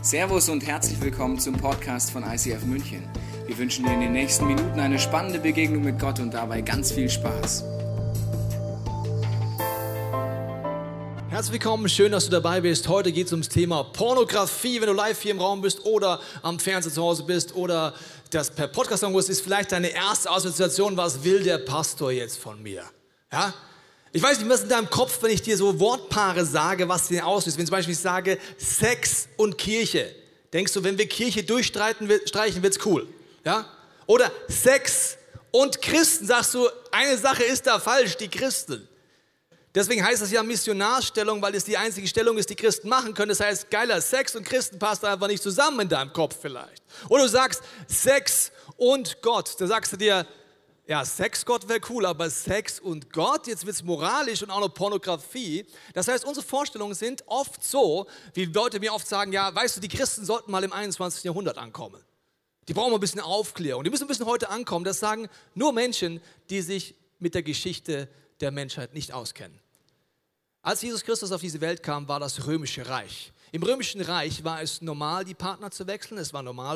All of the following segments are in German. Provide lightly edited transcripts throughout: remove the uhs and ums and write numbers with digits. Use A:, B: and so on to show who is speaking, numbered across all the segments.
A: Servus und herzlich willkommen zum Podcast von ICF München. Wir wünschen dir in den nächsten Minuten eine spannende Begegnung mit Gott und dabei ganz viel Spaß.
B: Herzlich willkommen, schön, dass du dabei bist. Heute geht es ums Thema Pornografie. Wenn du live hier im Raum bist oder am Fernseher zu Hause bist oder das per Podcast sagen musst, ist vielleicht deine erste Assoziation, was will der Pastor jetzt von mir? Ja? Ich weiß nicht, was in deinem Kopf, wenn ich dir so Wortpaare sage, was dir auslöst. Wenn zum Beispiel ich sage Sex und Kirche, denkst du, wenn wir Kirche durchstreichen, wird es cool. Ja? Oder Sex und Christen, sagst du, eine Sache ist da falsch, die Christen. Deswegen heißt es ja Missionarstellung, weil es die einzige Stellung ist, die Christen machen können. Das heißt, geiler Sex und Christen passt einfach nicht zusammen in deinem Kopf vielleicht. Oder du sagst Sex und Gott. Da sagst du dir, ja, Sex, Gott wäre cool, aber Sex und Gott, jetzt wird es moralisch und auch noch Pornografie. Das heißt, unsere Vorstellungen sind oft so, wie Leute mir oft sagen, ja, weißt du, die Christen sollten mal im 21. Jahrhundert ankommen. Die brauchen ein bisschen Aufklärung. Die müssen ein bisschen heute ankommen. Das sagen nur Menschen, die sich mit der Geschichte der Menschheit nicht auskennen. Als Jesus Christus auf diese Welt kam, war das Römische Reich. Im Römischen Reich war es normal, die Partner zu wechseln. Es war normal,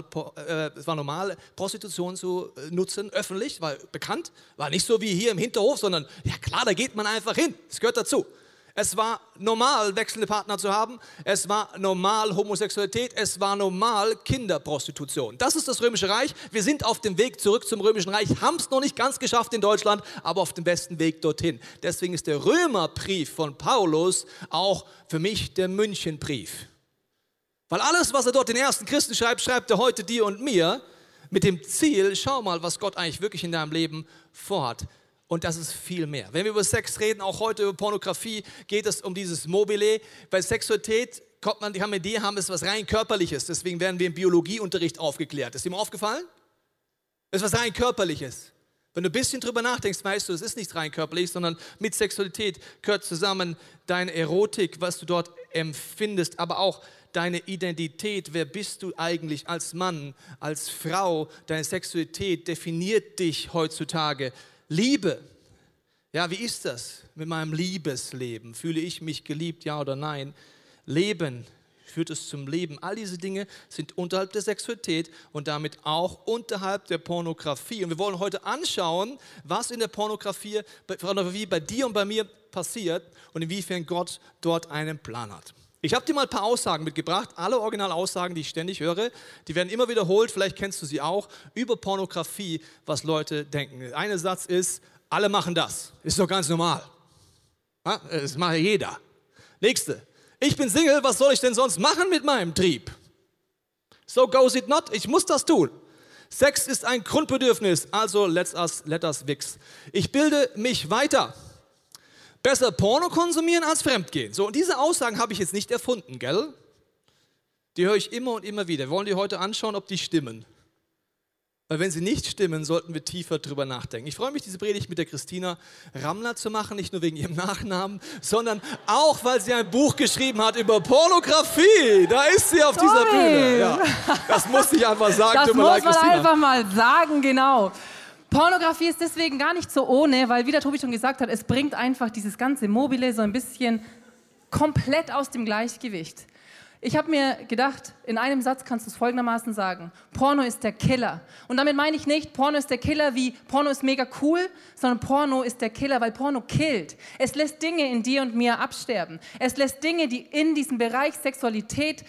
B: Prostitution zu nutzen, öffentlich, war bekannt. War nicht so wie hier im Hinterhof, sondern ja klar, da geht man einfach hin. Das gehört dazu. Es war normal, wechselnde Partner zu haben. Es war normal, Homosexualität. Es war normal, Kinderprostitution. Das ist das Römische Reich. Wir sind auf dem Weg zurück zum Römischen Reich, haben es noch nicht ganz geschafft in Deutschland, aber auf dem besten Weg dorthin. Deswegen ist der Römerbrief von Paulus auch für mich der Münchenbrief. Weil alles, was er dort den ersten Christen schreibt, schreibt er heute dir und mir mit dem Ziel, schau mal, was Gott eigentlich wirklich in deinem Leben vorhat. Und das ist viel mehr. Wenn wir über Sex reden, auch heute über Pornografie, geht es um dieses Mobile. Bei Sexualität kommt man, die Idee haben, es ist was rein Körperliches. Deswegen werden wir im Biologieunterricht aufgeklärt. Ist dir mal aufgefallen? Es ist was rein Körperliches. Wenn du ein bisschen drüber nachdenkst, weißt du, es ist nicht rein körperlich, sondern mit Sexualität gehört zusammen deine Erotik, was du dort empfindest, aber auch deine Identität. Wer bist du eigentlich als Mann, als Frau? Deine Sexualität definiert dich heutzutage. Liebe. Ja, wie ist das mit meinem Liebesleben? Fühle ich mich geliebt, ja oder nein? Leben, führt es zum Leben? All diese Dinge sind unterhalb der Sexualität und damit auch unterhalb der Pornografie. Und wir wollen heute anschauen, was in der Pornografie bei dir und bei mir passiert und inwiefern Gott dort einen Plan hat. Ich habe dir mal ein paar Aussagen mitgebracht, alle Originalaussagen, die ich ständig höre, die werden immer wiederholt, vielleicht kennst du sie auch, über Pornografie, was Leute denken. Ein Satz ist, alle machen das, ist doch ganz normal. Ja, das macht jeder. Nächste, ich bin Single, was soll ich denn sonst machen mit meinem Trieb? So goes it not, ich muss das tun. Sex ist ein Grundbedürfnis, also let us wix. Ich bilde mich weiter. Besser Porno konsumieren als Fremdgehen. So, und diese Aussagen habe ich jetzt nicht erfunden, gell? Die höre ich immer und immer wieder. Wir wollen die heute anschauen, ob die stimmen. Weil wenn sie nicht stimmen, sollten wir tiefer drüber nachdenken. Ich freue mich, diese Predigt mit der Christina Rammler zu machen, nicht nur wegen ihrem Nachnamen, sondern auch, weil sie ein Buch geschrieben hat über Pornografie. Da ist sie auf dieser Bühne. Ja, das muss ich einfach sagen.
C: Das muss man einfach mal sagen, genau. Pornografie ist deswegen gar nicht so ohne, weil, wie der Tobi schon gesagt hat, es bringt einfach dieses ganze Mobile so ein bisschen komplett aus dem Gleichgewicht. Ich habe mir gedacht, in einem Satz kannst du es folgendermaßen sagen: Porno ist der Killer. Und damit meine ich nicht, Porno ist der Killer wie Porno ist mega cool, sondern Porno ist der Killer, weil Porno killt. Es lässt Dinge in dir und mir absterben. Es lässt Dinge, die in diesen Bereich Sexualität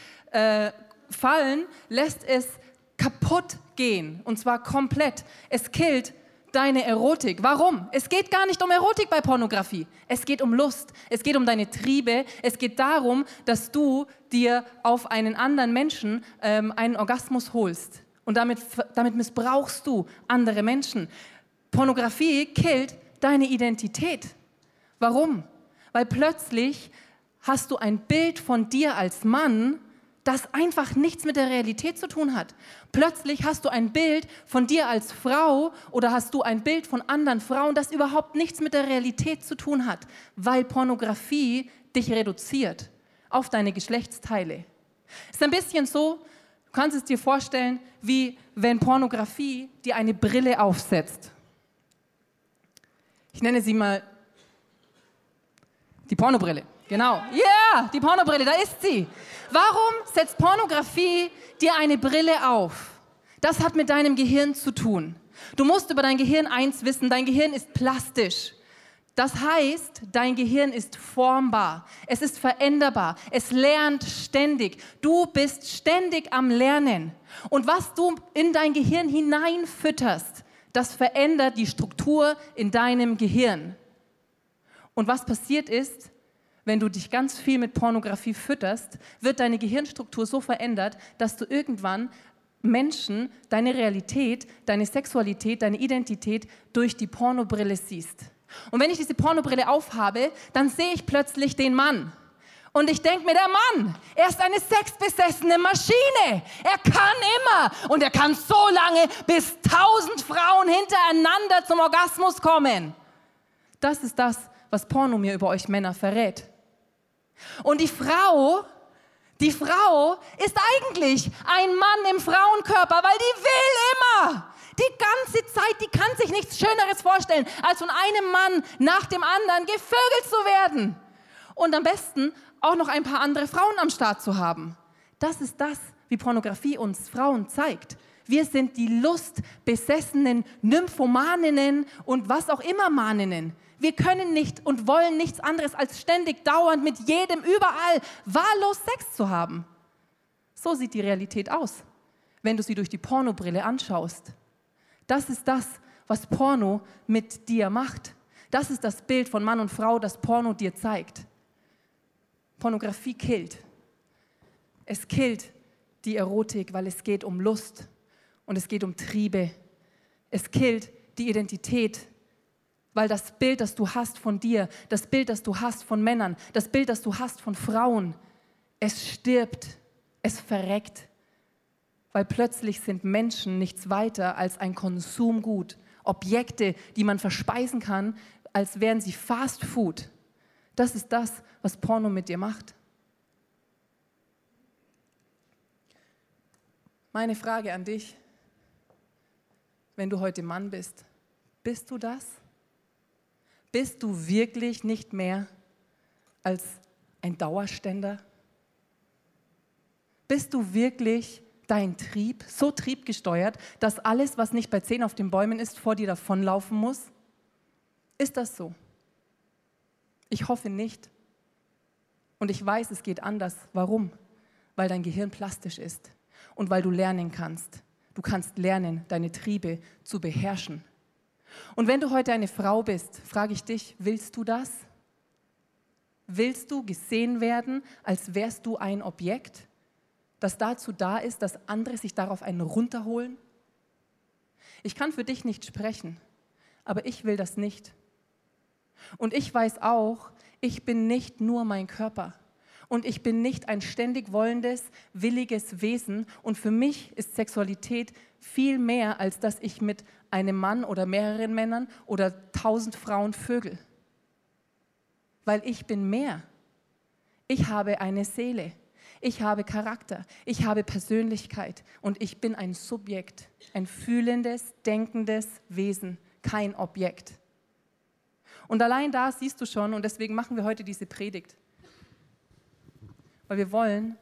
C: fallen, lässt es kaputt gehen, und zwar komplett. Es killt deine Erotik. Warum? Es geht gar nicht um Erotik bei Pornografie. Es geht um Lust. Es geht um deine Triebe. Es geht darum, dass du dir auf einen anderen Menschen einen Orgasmus holst. Und damit missbrauchst du andere Menschen. Pornografie killt deine Identität. Warum? Weil plötzlich hast du ein Bild von dir als Mann, das einfach nichts mit der Realität zu tun hat. Plötzlich hast du ein Bild von dir als Frau oder hast du ein Bild von anderen Frauen, das überhaupt nichts mit der Realität zu tun hat, weil Pornografie dich reduziert auf deine Geschlechtsteile. Es ist ein bisschen so, du kannst es dir vorstellen, wie wenn Pornografie dir eine Brille aufsetzt. Ich nenne sie mal die Pornobrille. Genau. Ja, yeah, die Pornobrille, da ist sie. Warum setzt Pornografie dir eine Brille auf? Das hat mit deinem Gehirn zu tun. Du musst über dein Gehirn eins wissen, dein Gehirn ist plastisch. Das heißt, dein Gehirn ist formbar, es ist veränderbar, es lernt ständig. Du bist ständig am Lernen. Und was du in dein Gehirn hineinfütterst, das verändert die Struktur in deinem Gehirn. Und was passiert ist, wenn du dich ganz viel mit Pornografie fütterst, wird deine Gehirnstruktur so verändert, dass du irgendwann Menschen, deine Realität, deine Sexualität, deine Identität durch die Pornobrille siehst. Und wenn ich diese Pornobrille aufhabe, dann sehe ich plötzlich den Mann. Und ich denke mir, der Mann, er ist eine sexbesessene Maschine. Er kann immer und er kann so lange, bis 1000 Frauen hintereinander zum Orgasmus kommen. Das ist das, was Porno mir über euch Männer verrät. Und die Frau ist eigentlich ein Mann im Frauenkörper, weil die will immer. Die ganze Zeit, die kann sich nichts Schöneres vorstellen, als von einem Mann nach dem anderen gevögelt zu werden. Und am besten auch noch ein paar andere Frauen am Start zu haben. Das ist das, wie Pornografie uns Frauen zeigt. Wir sind die lustbesessenen Nymphomaninnen und was auch immer Maninnen. Wir können nicht und wollen nichts anderes, als ständig dauernd mit jedem überall wahllos Sex zu haben. So sieht die Realität aus, wenn du sie durch die Pornobrille anschaust. Das ist das, was Porno mit dir macht. Das ist das Bild von Mann und Frau, das Porno dir zeigt. Pornografie killt. Es killt die Erotik, weil es geht um Lust und es geht um Triebe. Es killt die Identität, weil das Bild, das du hast von dir, das Bild, das du hast von Männern, das Bild, das du hast von Frauen, es stirbt, es verreckt. Weil plötzlich sind Menschen nichts weiter als ein Konsumgut. Objekte, die man verspeisen kann, als wären sie Fast Food. Das ist das, was Porno mit dir macht. Meine Frage an dich, wenn du heute Mann bist, bist du das? Bist du wirklich nicht mehr als ein Dauerständer? Bist du wirklich dein Trieb, so triebgesteuert, dass alles, was nicht bei 10 auf den Bäumen ist, vor dir davonlaufen muss? Ist das so? Ich hoffe nicht. Und ich weiß, es geht anders. Warum? Weil dein Gehirn plastisch ist und weil du lernen kannst. Du kannst lernen, deine Triebe zu beherrschen. Und wenn du heute eine Frau bist, frage ich dich, willst du das? Willst du gesehen werden, als wärst du ein Objekt, das dazu da ist, dass andere sich darauf einen runterholen? Ich kann für dich nicht sprechen, aber ich will das nicht. Und ich weiß auch, ich bin nicht nur mein Körper und ich bin nicht ein ständig wollendes, williges Wesen und für mich ist Sexualität viel mehr, als dass ich mit einem Mann oder mehreren Männern oder 1000 Frauen vögel. Weil ich bin mehr. Ich habe eine Seele. Ich habe Charakter, ich habe Persönlichkeit und ich bin ein Subjekt, ein fühlendes, denkendes Wesen, kein Objekt. Und allein da siehst du schon, und deswegen machen wir heute diese Predigt, weil wir wollen,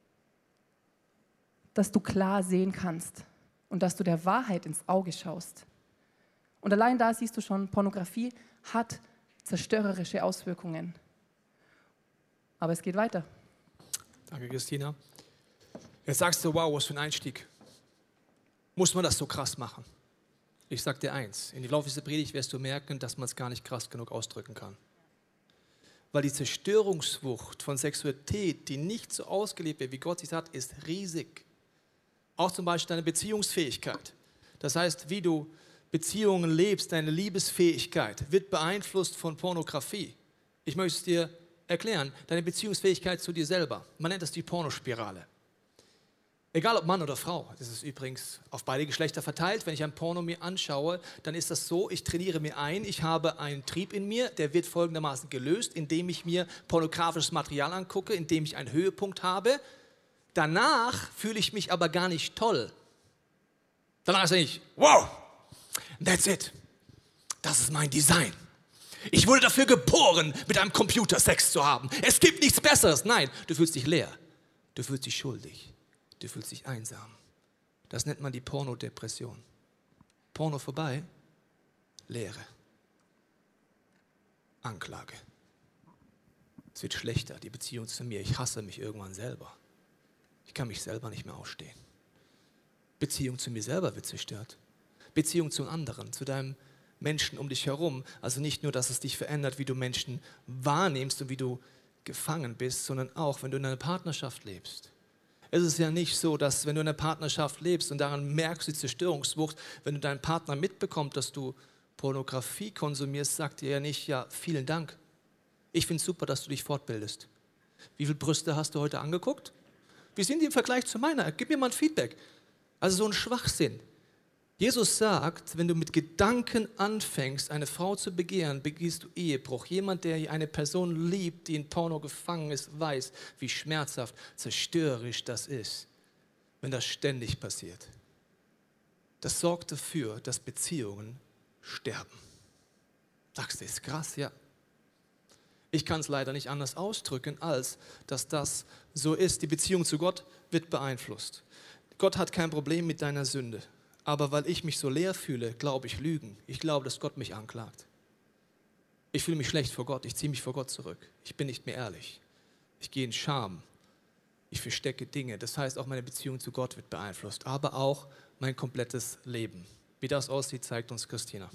C: dass du klar sehen kannst und dass du der Wahrheit ins Auge schaust. Und allein da siehst du schon, Pornografie hat zerstörerische Auswirkungen. Aber es geht weiter.
B: Danke, Christina. Jetzt sagst du, wow, was für ein Einstieg. Muss man das so krass machen? Ich sag dir eins, in die Laufe dieser Predigt wirst du merken, dass man es gar nicht krass genug ausdrücken kann. Weil die Zerstörungswucht von Sexualität, die nicht so ausgelebt wird, wie Gott sie hat, ist riesig. Auch zum Beispiel deine Beziehungsfähigkeit. Das heißt, wie du Beziehungen lebst, deine Liebesfähigkeit wird beeinflusst von Pornografie. Ich möchte es dir erklären, deine Beziehungsfähigkeit zu dir selber. Man nennt das die Pornospirale. Egal ob Mann oder Frau, das ist übrigens auf beide Geschlechter verteilt. Wenn ich ein Porno mir anschaue, dann ist das so, ich trainiere mir ein, ich habe einen Trieb in mir, der wird folgendermaßen gelöst, indem ich mir pornografisches Material angucke, indem ich einen Höhepunkt habe. Danach fühle ich mich aber gar nicht toll. Danach sage ich, wow, that's it. Das ist mein Design. Ich wurde dafür geboren, mit einem Computer Sex zu haben. Es gibt nichts Besseres. Nein, du fühlst dich leer. Du fühlst dich schuldig. Du fühlst dich einsam. Das nennt man die Pornodepression. Porno vorbei, Leere. Anklage. Es wird schlechter, die Beziehung zu mir. Ich hasse mich irgendwann selber. Ich kann mich selber nicht mehr ausstehen. Beziehung zu mir selber wird zerstört. Beziehung zu anderen, zu deinem Menschen um dich herum. Also nicht nur, dass es dich verändert, wie du Menschen wahrnimmst und wie du gefangen bist, sondern auch, wenn du in einer Partnerschaft lebst. Es ist ja nicht so, dass wenn du in einer Partnerschaft lebst und daran merkst du die Zerstörungswucht, wenn du deinen Partner mitbekommst, dass du Pornografie konsumierst, sagt dir ja nicht, ja, vielen Dank. Ich finde es super, dass du dich fortbildest. Wie viele Brüste hast du heute angeguckt? Wie sind die im Vergleich zu meiner? Gib mir mal ein Feedback. Also so ein Schwachsinn. Jesus sagt, wenn du mit Gedanken anfängst, eine Frau zu begehren, begehst du Ehebruch. Jemand, der eine Person liebt, die in Porno gefangen ist, weiß, wie schmerzhaft, zerstörerisch das ist, wenn das ständig passiert. Das sorgt dafür, dass Beziehungen sterben. Sagst du, ist krass, ja. Ich kann es leider nicht anders ausdrücken, als dass das so ist. Die Beziehung zu Gott wird beeinflusst. Gott hat kein Problem mit deiner Sünde. Aber weil ich mich so leer fühle, glaube ich Lügen. Ich glaube, dass Gott mich anklagt. Ich fühle mich schlecht vor Gott. Ich ziehe mich vor Gott zurück. Ich bin nicht mehr ehrlich. Ich gehe in Scham. Ich verstecke Dinge. Das heißt, auch meine Beziehung zu Gott wird beeinflusst. Aber auch mein komplettes Leben. Wie das aussieht, zeigt uns Christina.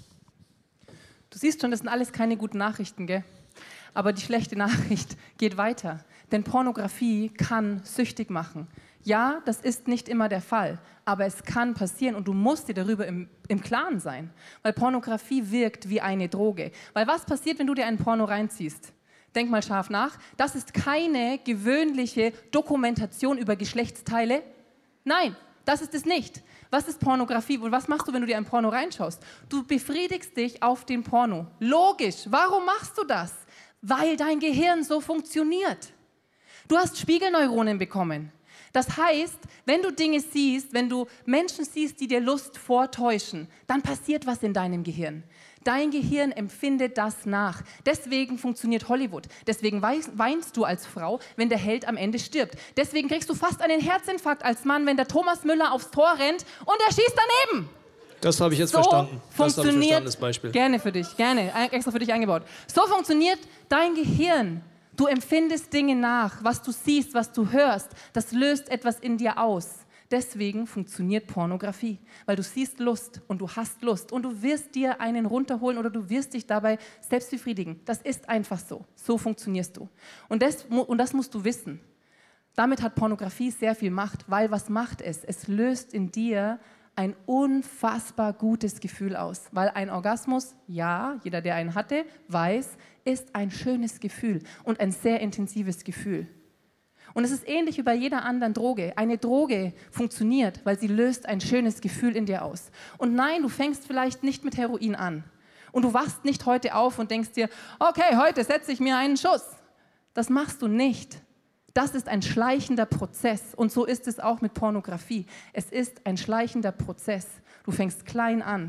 C: Du siehst schon, das sind alles keine guten Nachrichten, gell? Aber die schlechte Nachricht geht weiter. Denn Pornografie kann süchtig machen. Ja, das ist nicht immer der Fall, aber es kann passieren und du musst dir darüber im Klaren sein. Weil Pornografie wirkt wie eine Droge. Weil was passiert, wenn du dir einen Porno reinziehst? Denk mal scharf nach. Das ist keine gewöhnliche Dokumentation über Geschlechtsteile. Nein, das ist es nicht. Was ist Pornografie und was machst du, wenn du dir ein Porno reinschaust? Du befriedigst dich auf den Porno. Logisch. Warum machst du das? Weil dein Gehirn so funktioniert. Du hast Spiegelneuronen bekommen. Das heißt, wenn du Dinge siehst, wenn du Menschen siehst, die dir Lust vortäuschen, dann passiert was in deinem Gehirn. Dein Gehirn empfindet das nach. Deswegen funktioniert Hollywood. Deswegen weinst du als Frau, wenn der Held am Ende stirbt. Deswegen kriegst du fast einen Herzinfarkt als Mann, wenn der Thomas Müller aufs Tor rennt und er schießt daneben.
B: Das habe ich jetzt
C: so
B: verstanden. Das habe ich verstanden,
C: das
B: Beispiel.
C: Gerne für dich, gerne, extra für dich eingebaut. So funktioniert dein Gehirn. Du empfindest Dinge nach, was du siehst, was du hörst, das löst etwas in dir aus. Deswegen funktioniert Pornografie, weil du siehst Lust und du hast Lust und du wirst dir einen runterholen oder du wirst dich dabei selbst befriedigen. Das ist einfach so. So funktionierst du. Und das musst du wissen. Damit hat Pornografie sehr viel Macht, weil was macht es? Es löst in dir ein unfassbar gutes Gefühl aus, weil ein Orgasmus, ja, jeder, der einen hatte, weiß, ist ein schönes Gefühl und ein sehr intensives Gefühl. Und es ist ähnlich wie bei jeder anderen Droge. Eine Droge funktioniert, weil sie löst ein schönes Gefühl in dir aus. Und nein, du fängst vielleicht nicht mit Heroin an. Und du wachst nicht heute auf und denkst dir, okay, heute setze ich mir einen Schuss. Das machst du nicht. Das ist ein schleichender Prozess und so ist es auch mit Pornografie. Es ist ein schleichender Prozess. Du fängst klein an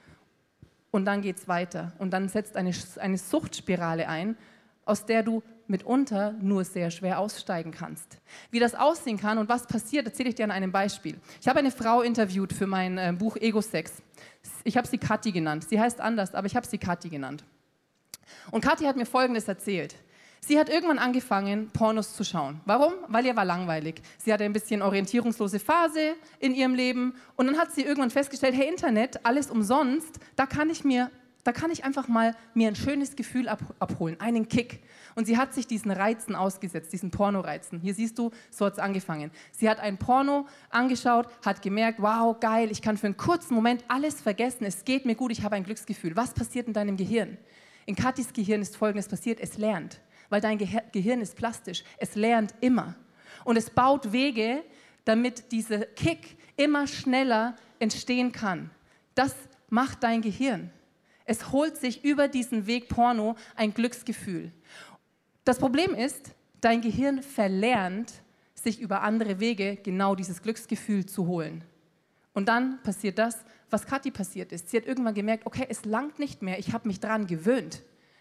C: und dann geht es weiter und dann setzt eine Suchtspirale ein, aus der du mitunter nur sehr schwer aussteigen kannst. Wie das aussehen kann und was passiert, erzähle ich dir an einem Beispiel. Ich habe eine Frau interviewt für mein Buch Ego-Sex. Ich habe sie Kathi genannt. Sie heißt anders, aber ich habe sie Kathi genannt. Und Kathi hat mir Folgendes erzählt. Sie hat irgendwann angefangen, Pornos zu schauen. Warum? Weil ihr war langweilig. Sie hatte ein bisschen orientierungslose Phase in ihrem Leben und dann hat sie irgendwann festgestellt, hey Internet, alles umsonst, da kann ich einfach mal mir ein schönes Gefühl abholen, einen Kick. Und sie hat sich diesen Reizen ausgesetzt, diesen Pornoreizen. Hier siehst du, so hat es angefangen. Sie hat ein Porno angeschaut, hat gemerkt, wow, geil, ich kann für einen kurzen Moment alles vergessen, es geht mir gut, ich habe ein Glücksgefühl. Was passiert in deinem Gehirn? In Kathis Gehirn ist Folgendes passiert, es lernt. Weil dein Gehirn ist plastisch. Es lernt immer. Und es baut Wege, damit dieser Kick immer schneller entstehen kann. Das macht dein Gehirn. Es holt sich über diesen Weg Porno ein Glücksgefühl. Das Problem ist, dein Gehirn verlernt, sich über andere Wege genau dieses Glücksgefühl zu holen. Und dann passiert das, was Kathi passiert ist. Sie hat irgendwann gemerkt, okay, es langt nicht mehr, ich habe mich daran gewöhnt.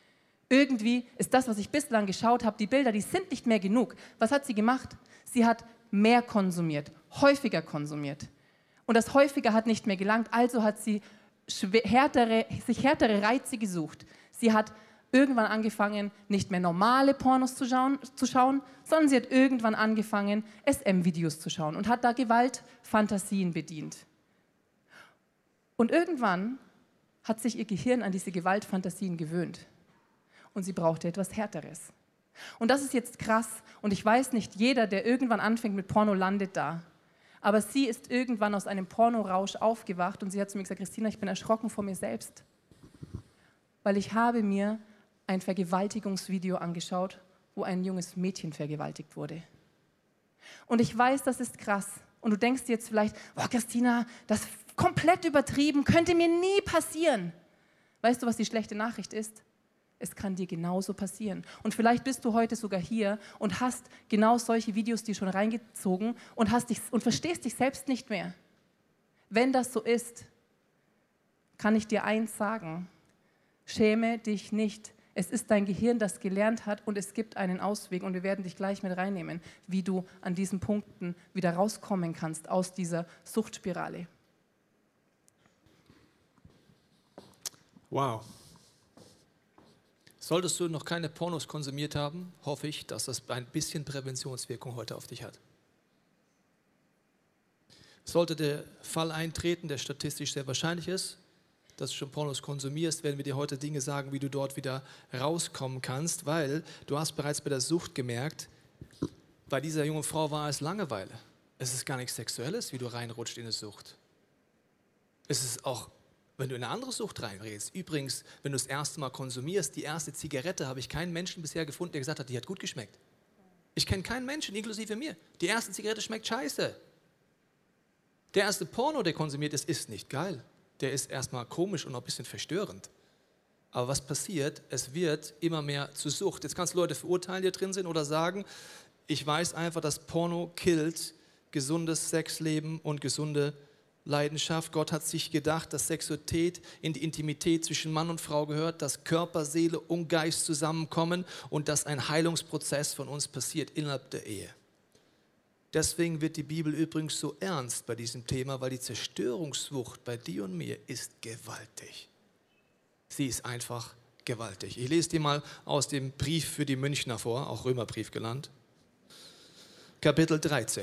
C: Irgendwie ist das, was ich bislang geschaut habe, die Bilder, die sind nicht mehr genug. Was hat sie gemacht? Sie hat mehr konsumiert, häufiger konsumiert. Und das häufiger hat nicht mehr gelangt, also hat sie sich härtere Reize gesucht. Sie hat irgendwann angefangen, nicht mehr normale Pornos zu schauen, sondern sie hat irgendwann angefangen, SM-Videos zu schauen und hat da Gewaltfantasien bedient. Und irgendwann hat sich ihr Gehirn an diese Gewaltfantasien gewöhnt. Und sie brauchte etwas Härteres. Und das ist jetzt krass. Und ich weiß nicht, jeder, der irgendwann anfängt mit Porno, landet da. Aber sie ist irgendwann aus einem Pornorausch aufgewacht und sie hat zu mir gesagt, Christina, ich bin erschrocken vor mir selbst. Weil ich habe mir ein Vergewaltigungsvideo angeschaut, wo ein junges Mädchen vergewaltigt wurde. Und ich weiß, das ist krass. Und du denkst dir jetzt vielleicht, oh Christina, das ist komplett übertrieben, könnte mir nie passieren. Weißt du, was die schlechte Nachricht ist? Es kann dir genauso passieren. Und vielleicht bist du heute sogar hier und hast genau solche Videos dir schon reingezogen und verstehst dich selbst nicht mehr. Wenn das so ist, kann ich dir eins sagen: Schäme dich nicht. Es ist dein Gehirn, das gelernt hat, und es gibt einen Ausweg, und wir werden dich gleich mit reinnehmen, wie du an diesen Punkten wieder rauskommen kannst aus dieser Suchtspirale.
B: Wow. Solltest du noch keine Pornos konsumiert haben, hoffe ich, dass das ein bisschen Präventionswirkung heute auf dich hat. Sollte der Fall eintreten, der statistisch sehr wahrscheinlich ist, dass du schon Pornos konsumierst, werden wir dir heute Dinge sagen, wie du dort wieder rauskommen kannst, weil du hast bereits bei der Sucht gemerkt, bei dieser jungen Frau war es Langeweile. Es ist gar nichts Sexuelles, wie du reinrutscht in eine Sucht. Es ist auch, wenn du in eine andere Sucht reinredest. Übrigens, wenn du das erste Mal konsumierst, die erste Zigarette, habe ich keinen Menschen bisher gefunden, der gesagt hat, die hat gut geschmeckt. Ich kenne keinen Menschen, inklusive mir. Die erste Zigarette schmeckt scheiße. Der erste Porno, der konsumiert ist nicht geil. Der ist erstmal komisch und auch ein bisschen verstörend. Aber was passiert? Es wird immer mehr zur Sucht. Jetzt kannst du Leute verurteilen, die drin sind, oder sagen, ich weiß einfach, dass Porno killt gesundes Sexleben und gesunde Leidenschaft. Gott hat sich gedacht, dass Sexualität in die Intimität zwischen Mann und Frau gehört, dass Körper, Seele und Geist zusammenkommen und dass ein Heilungsprozess von uns passiert innerhalb der Ehe. Deswegen wird die Bibel übrigens so ernst bei diesem Thema, weil die Zerstörungswucht bei dir und mir ist gewaltig. Sie ist einfach gewaltig. Ich lese dir mal aus dem Brief für die Münchner vor, auch Römerbrief genannt. Kapitel 13.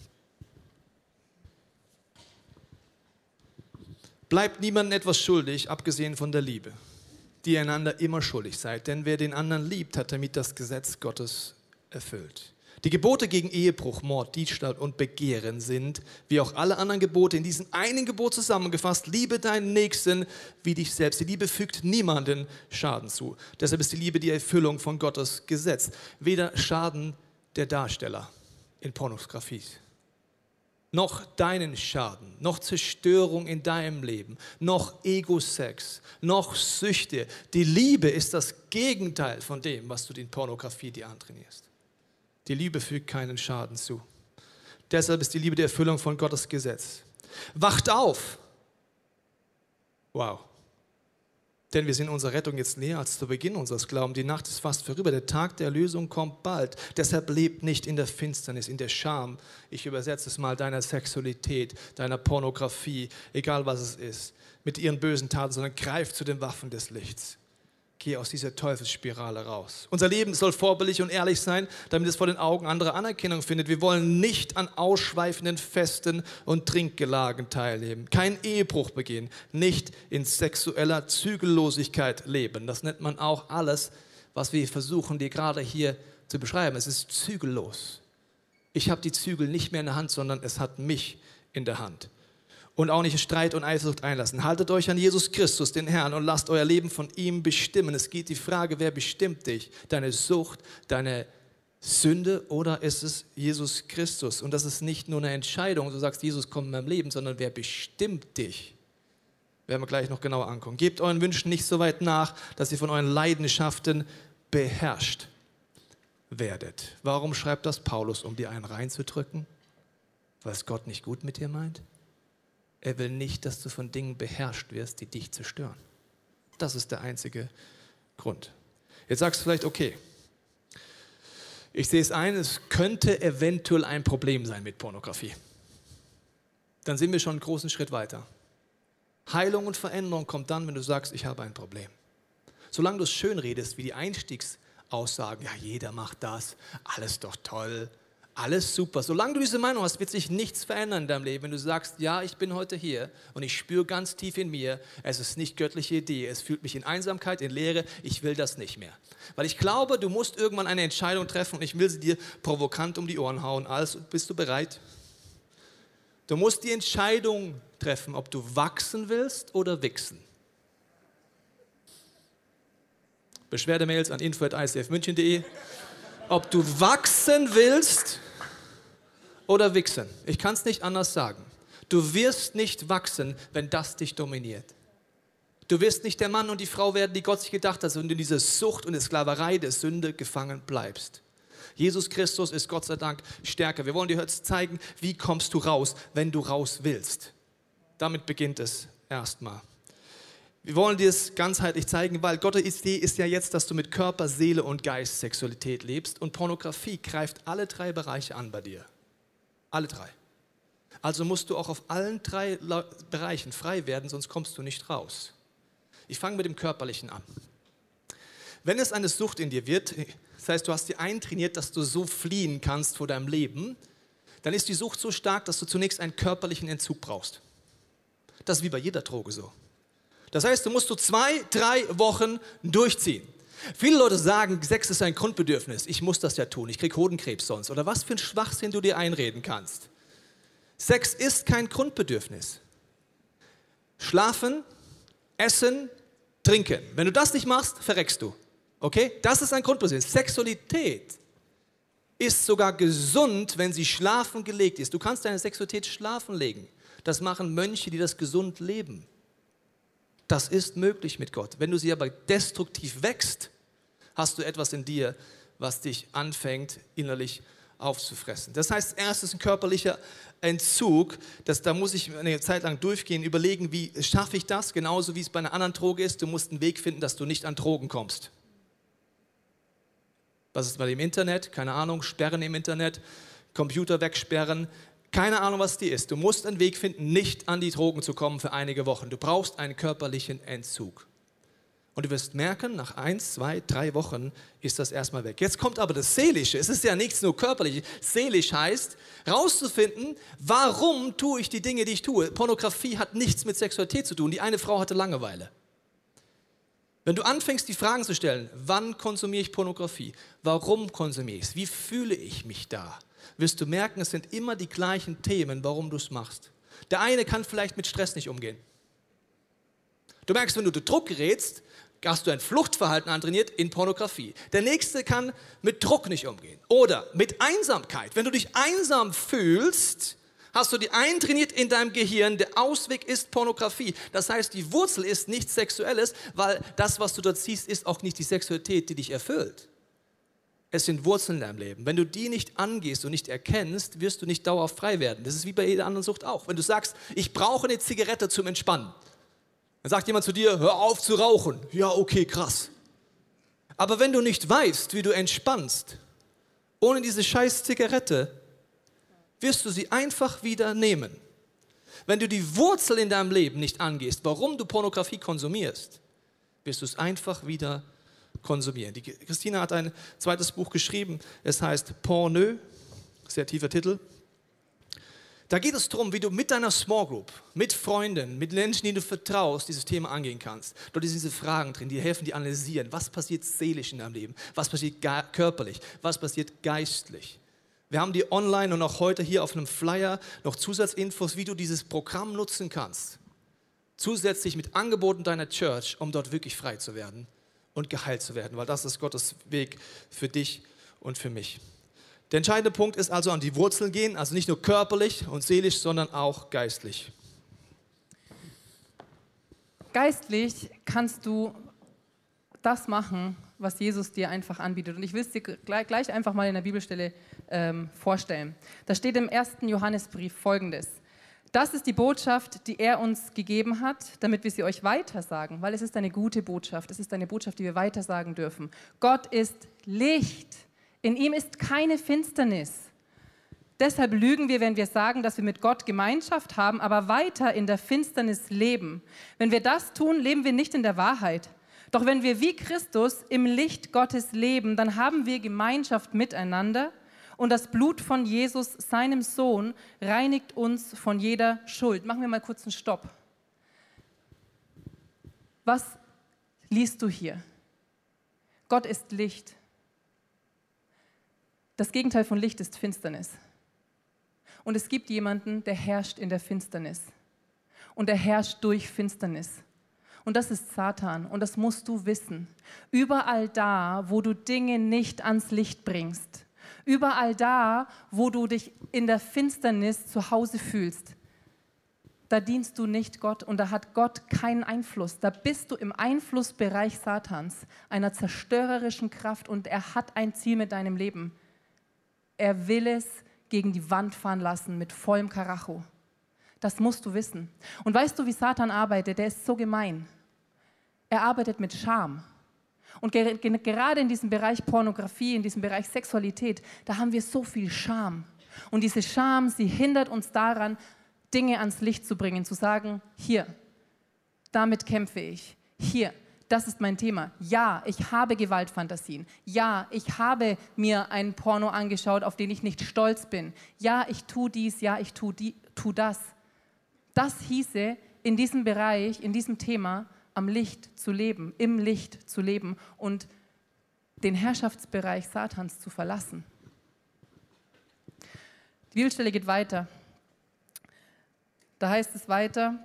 B: Bleibt niemandem etwas schuldig, abgesehen von der Liebe, die ihr einander immer schuldig seid. Denn wer den anderen liebt, hat damit das Gesetz Gottes erfüllt. Die Gebote gegen Ehebruch, Mord, Diebstahl und Begehren sind, wie auch alle anderen Gebote, in diesem einen Gebot zusammengefasst: Liebe deinen Nächsten wie dich selbst. Die Liebe fügt niemanden Schaden zu. Deshalb ist die Liebe die Erfüllung von Gottes Gesetz. Weder Schaden der Darsteller in Pornografie, noch deinen Schaden, noch Zerstörung in deinem Leben, noch Ego-Sex, noch Süchte. Die Liebe ist das Gegenteil von dem, was du in Pornografie dir antrainierst. Die Liebe fügt keinen Schaden zu. Deshalb ist die Liebe die Erfüllung von Gottes Gesetz. Wacht auf! Wow. Denn wir sind unserer Rettung jetzt näher als zu Beginn unseres Glaubens. Die Nacht ist fast vorüber, der Tag der Erlösung kommt bald. Deshalb lebt nicht in der Finsternis, in der Scham. Ich übersetze es mal, deiner Sexualität, deiner Pornografie, egal was es ist, mit ihren bösen Taten, sondern greift zu den Waffen des Lichts. Geh aus dieser Teufelsspirale raus. Unser Leben soll vorbildlich und ehrlich sein, damit es vor den Augen anderer Anerkennung findet. Wir wollen nicht an ausschweifenden Festen und Trinkgelagen teilnehmen, keinen Ehebruch begehen, nicht in sexueller Zügellosigkeit leben. Das nennt man auch alles, was wir versuchen, dir gerade hier zu beschreiben. Es ist zügellos. Ich habe die Zügel nicht mehr in der Hand, sondern es hat mich in der Hand. Und auch nicht in Streit und Eifersucht einlassen. Haltet euch an Jesus Christus, den Herrn, und lasst euer Leben von ihm bestimmen. Es geht die Frage, wer bestimmt dich? Deine Sucht, deine Sünde, oder ist es Jesus Christus? Und das ist nicht nur eine Entscheidung, du sagst, Jesus kommt in meinem Leben, sondern wer bestimmt dich? Werden wir gleich noch genauer angucken. Gebt euren Wünschen nicht so weit nach, dass ihr von euren Leidenschaften beherrscht werdet. Warum schreibt das Paulus, um dir einen reinzudrücken? Weil es Gott nicht gut mit dir meint? Er will nicht, dass du von Dingen beherrscht wirst, die dich zerstören. Das ist der einzige Grund. Jetzt sagst du vielleicht, okay, ich sehe es ein, es könnte eventuell ein Problem sein mit Pornografie. Dann sind wir schon einen großen Schritt weiter. Heilung und Veränderung kommt dann, wenn du sagst, ich habe ein Problem. Solange du es schön redest, wie die Einstiegsaussagen, ja, jeder macht das, alles doch toll, alles super. Solange du diese Meinung hast, wird sich nichts verändern in deinem Leben. Wenn du sagst, ja, ich bin heute hier und ich spüre ganz tief in mir, es ist nicht göttliche Idee, es fühlt mich in Einsamkeit, in Leere, ich will das nicht mehr. Weil ich glaube, du musst irgendwann eine Entscheidung treffen und ich will sie dir provokant um die Ohren hauen. Also, bist du bereit? Du musst die Entscheidung treffen, ob du wachsen willst oder wichsen. Beschwerdemails an info@icfmünchen.de. Ob du wachsen willst oder wichsen. Ich kann es nicht anders sagen. Du wirst nicht wachsen, wenn das dich dominiert. Du wirst nicht der Mann und die Frau werden, die Gott sich gedacht hat, wenn du in dieser Sucht und der Sklaverei der Sünde gefangen bleibst. Jesus Christus ist Gott sei Dank stärker. Wir wollen dir jetzt zeigen, wie kommst du raus, wenn du raus willst. Damit beginnt es erstmal. Wir wollen dir es ganzheitlich zeigen, weil Gottes Idee ist ja jetzt, dass du mit Körper, Seele und Geist Sexualität lebst und Pornografie greift alle 3 Bereiche an bei dir. Alle 3. Also musst du auch auf allen 3 Bereichen frei werden, sonst kommst du nicht raus. Ich fange mit dem Körperlichen an. Wenn es eine Sucht in dir wird, das heißt, du hast dir eintrainiert, dass du so fliehen kannst vor deinem Leben, dann ist die Sucht so stark, dass du zunächst einen körperlichen Entzug brauchst. Das ist wie bei jeder Droge so. Das heißt, du musst 2, 3 Wochen durchziehen. Viele Leute sagen, Sex ist ein Grundbedürfnis. Ich muss das ja tun, ich kriege Hodenkrebs sonst. Oder was für ein Schwachsinn du dir einreden kannst. Sex ist kein Grundbedürfnis. Schlafen, essen, trinken. Wenn du das nicht machst, verreckst du. Okay? Das ist ein Grundbedürfnis. Sexualität ist sogar gesund, wenn sie schlafen gelegt ist. Du kannst deine Sexualität schlafen legen. Das machen Mönche, die das gesund leben. Das ist möglich mit Gott. Wenn du sie aber destruktiv wächst, hast du etwas in dir, was dich anfängt, innerlich aufzufressen. Das heißt, erstes ein körperlicher Entzug. Da muss ich eine Zeit lang durchgehen, überlegen, wie schaffe ich das? Genauso wie es bei einer anderen Droge ist. Du musst einen Weg finden, dass du nicht an Drogen kommst. Was ist bei dem Internet? Keine Ahnung, Sperren im Internet, Computer wegsperren. Keine Ahnung, was die ist. Du musst einen Weg finden, nicht an die Drogen zu kommen für einige Wochen. Du brauchst einen körperlichen Entzug. Und du wirst merken, nach 1, 2, 3 Wochen ist das erstmal weg. Jetzt kommt aber das Seelische. Es ist ja nichts nur körperlich. Seelisch heißt, rauszufinden, warum tue ich die Dinge, die ich tue. Pornografie hat nichts mit Sexualität zu tun. Die eine Frau hatte Langeweile. Wenn du anfängst, die Fragen zu stellen, wann konsumiere ich Pornografie? Warum konsumiere ich es? Wie fühle ich mich da? Wirst du merken, es sind immer die gleichen Themen, warum du es machst. Der eine kann vielleicht mit Stress nicht umgehen. Du merkst, wenn du unter Druck gerätst, hast du ein Fluchtverhalten antrainiert in Pornografie. Der nächste kann mit Druck nicht umgehen. Oder mit Einsamkeit. Wenn du dich einsam fühlst, hast du die eintrainiert in deinem Gehirn. Der Ausweg ist Pornografie. Das heißt, die Wurzel ist nichts Sexuelles, weil das, was du dort siehst, ist auch nicht die Sexualität, die dich erfüllt. Es sind Wurzeln in deinem Leben. Wenn du die nicht angehst und nicht erkennst, wirst du nicht dauerhaft frei werden. Das ist wie bei jeder anderen Sucht auch. Wenn du sagst, ich brauche eine Zigarette zum Entspannen, dann sagt jemand zu dir, hör auf zu rauchen. Ja, okay, krass. Aber wenn du nicht weißt, wie du entspannst, ohne diese scheiß Zigarette, wirst du sie einfach wieder nehmen. Wenn du die Wurzel in deinem Leben nicht angehst, warum du Pornografie konsumierst, wirst du es einfach wieder konsumieren. Die Christina hat ein zweites Buch geschrieben, es heißt Pornö, sehr tiefer Titel. Da geht es darum, wie du mit deiner Small Group, mit Freunden, mit Menschen, denen du vertraust, dieses Thema angehen kannst. Dort sind diese Fragen drin, die helfen dir analysieren, was passiert seelisch in deinem Leben, was passiert körperlich, was passiert geistlich. Wir haben dir online und auch heute hier auf einem Flyer noch Zusatzinfos, wie du dieses Programm nutzen kannst. Zusätzlich mit Angeboten deiner Church, um dort wirklich frei zu werden und geheilt zu werden, weil das ist Gottes Weg für dich und für mich. Der entscheidende Punkt ist also an die Wurzeln gehen, also nicht nur körperlich und seelisch, sondern auch geistlich.
C: Geistlich kannst du das machen, was Jesus dir einfach anbietet. Und ich will es dir gleich einfach mal in der Bibelstelle vorstellen. Da steht im 1. Johannesbrief Folgendes. Das ist die Botschaft, die er uns gegeben hat, damit wir sie euch weitersagen, weil es ist eine gute Botschaft. Es ist eine Botschaft, die wir weitersagen dürfen. Gott ist Licht. In ihm ist keine Finsternis. Deshalb lügen wir, wenn wir sagen, dass wir mit Gott Gemeinschaft haben, aber weiter in der Finsternis leben. Wenn wir das tun, leben wir nicht in der Wahrheit. Doch wenn wir wie Christus im Licht Gottes leben, dann haben wir Gemeinschaft miteinander. Und das Blut von Jesus, seinem Sohn, reinigt uns von jeder Schuld. Machen wir mal kurz einen Stopp. Was liest du hier? Gott ist Licht. Das Gegenteil von Licht ist Finsternis. Und es gibt jemanden, der herrscht in der Finsternis. Und er herrscht durch Finsternis. Und das ist Satan. Und das musst du wissen. Überall da, wo du Dinge nicht ans Licht bringst, überall da, wo du dich in der Finsternis zu Hause fühlst, da dienst du nicht Gott und da hat Gott keinen Einfluss. Da bist du im Einflussbereich Satans, einer zerstörerischen Kraft, und er hat ein Ziel mit deinem Leben. Er will es gegen die Wand fahren lassen mit vollem Karacho. Das musst du wissen. Und weißt du, wie Satan arbeitet? Der ist so gemein. Er arbeitet mit Scham. Und gerade in diesem Bereich Pornografie, in diesem Bereich Sexualität, da haben wir so viel Scham. Und diese Scham, sie hindert uns daran, Dinge ans Licht zu bringen, zu sagen, hier, damit kämpfe ich. Hier, das ist mein Thema. Ja, ich habe Gewaltfantasien. Ja, ich habe mir einen Porno angeschaut, auf den ich nicht stolz bin. Ja, ich tue dies, ja, ich tue das. Das hieße, in diesem Bereich, in diesem Thema, am Licht zu leben, im Licht zu leben und den Herrschaftsbereich Satans zu verlassen. Die Bibelstelle geht weiter. Da heißt es weiter,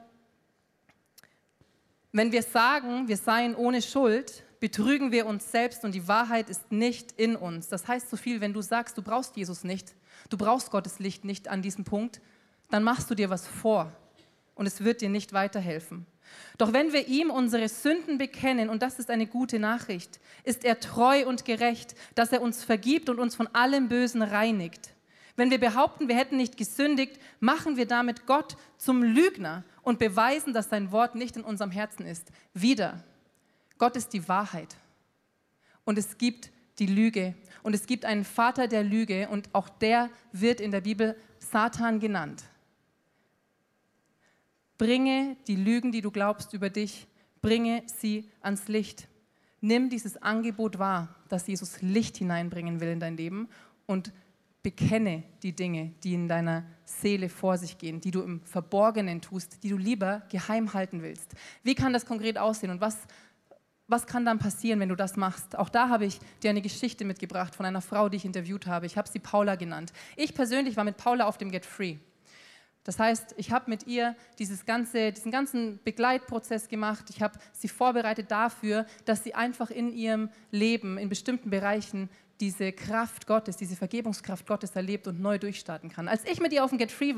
C: wenn wir sagen, wir seien ohne Schuld, betrügen wir uns selbst und die Wahrheit ist nicht in uns. Das heißt so viel, wenn du sagst, du brauchst Jesus nicht, du brauchst Gottes Licht nicht an diesem Punkt, dann machst du dir was vor und es wird dir nicht weiterhelfen. Doch wenn wir ihm unsere Sünden bekennen, und das ist eine gute Nachricht, ist er treu und gerecht, dass er uns vergibt und uns von allem Bösen reinigt. Wenn wir behaupten, wir hätten nicht gesündigt, machen wir damit Gott zum Lügner und beweisen, dass sein Wort nicht in unserem Herzen ist. Wieder, Gott ist die Wahrheit und es gibt die Lüge und es gibt einen Vater der Lüge und auch der wird in der Bibel Satan genannt. Bringe die Lügen, die du glaubst über dich, bringe sie ans Licht. Nimm dieses Angebot wahr, dass Jesus Licht hineinbringen will in dein Leben und bekenne die Dinge, die in deiner Seele vor sich gehen, die du im Verborgenen tust, die du lieber geheim halten willst. Wie kann das konkret aussehen und was kann dann passieren, wenn du das machst? Auch da habe ich dir eine Geschichte mitgebracht von einer Frau, die ich interviewt habe. Ich habe sie Paula genannt. Ich persönlich war mit Paula auf dem Get Free. Das heißt, ich habe mit ihr diesen ganzen Begleitprozess gemacht. Ich habe sie vorbereitet dafür, dass sie einfach in ihrem Leben, in bestimmten Bereichen, diese Kraft Gottes, diese Vergebungskraft Gottes erlebt und neu durchstarten kann. Als ich mit ihr auf dem Get Free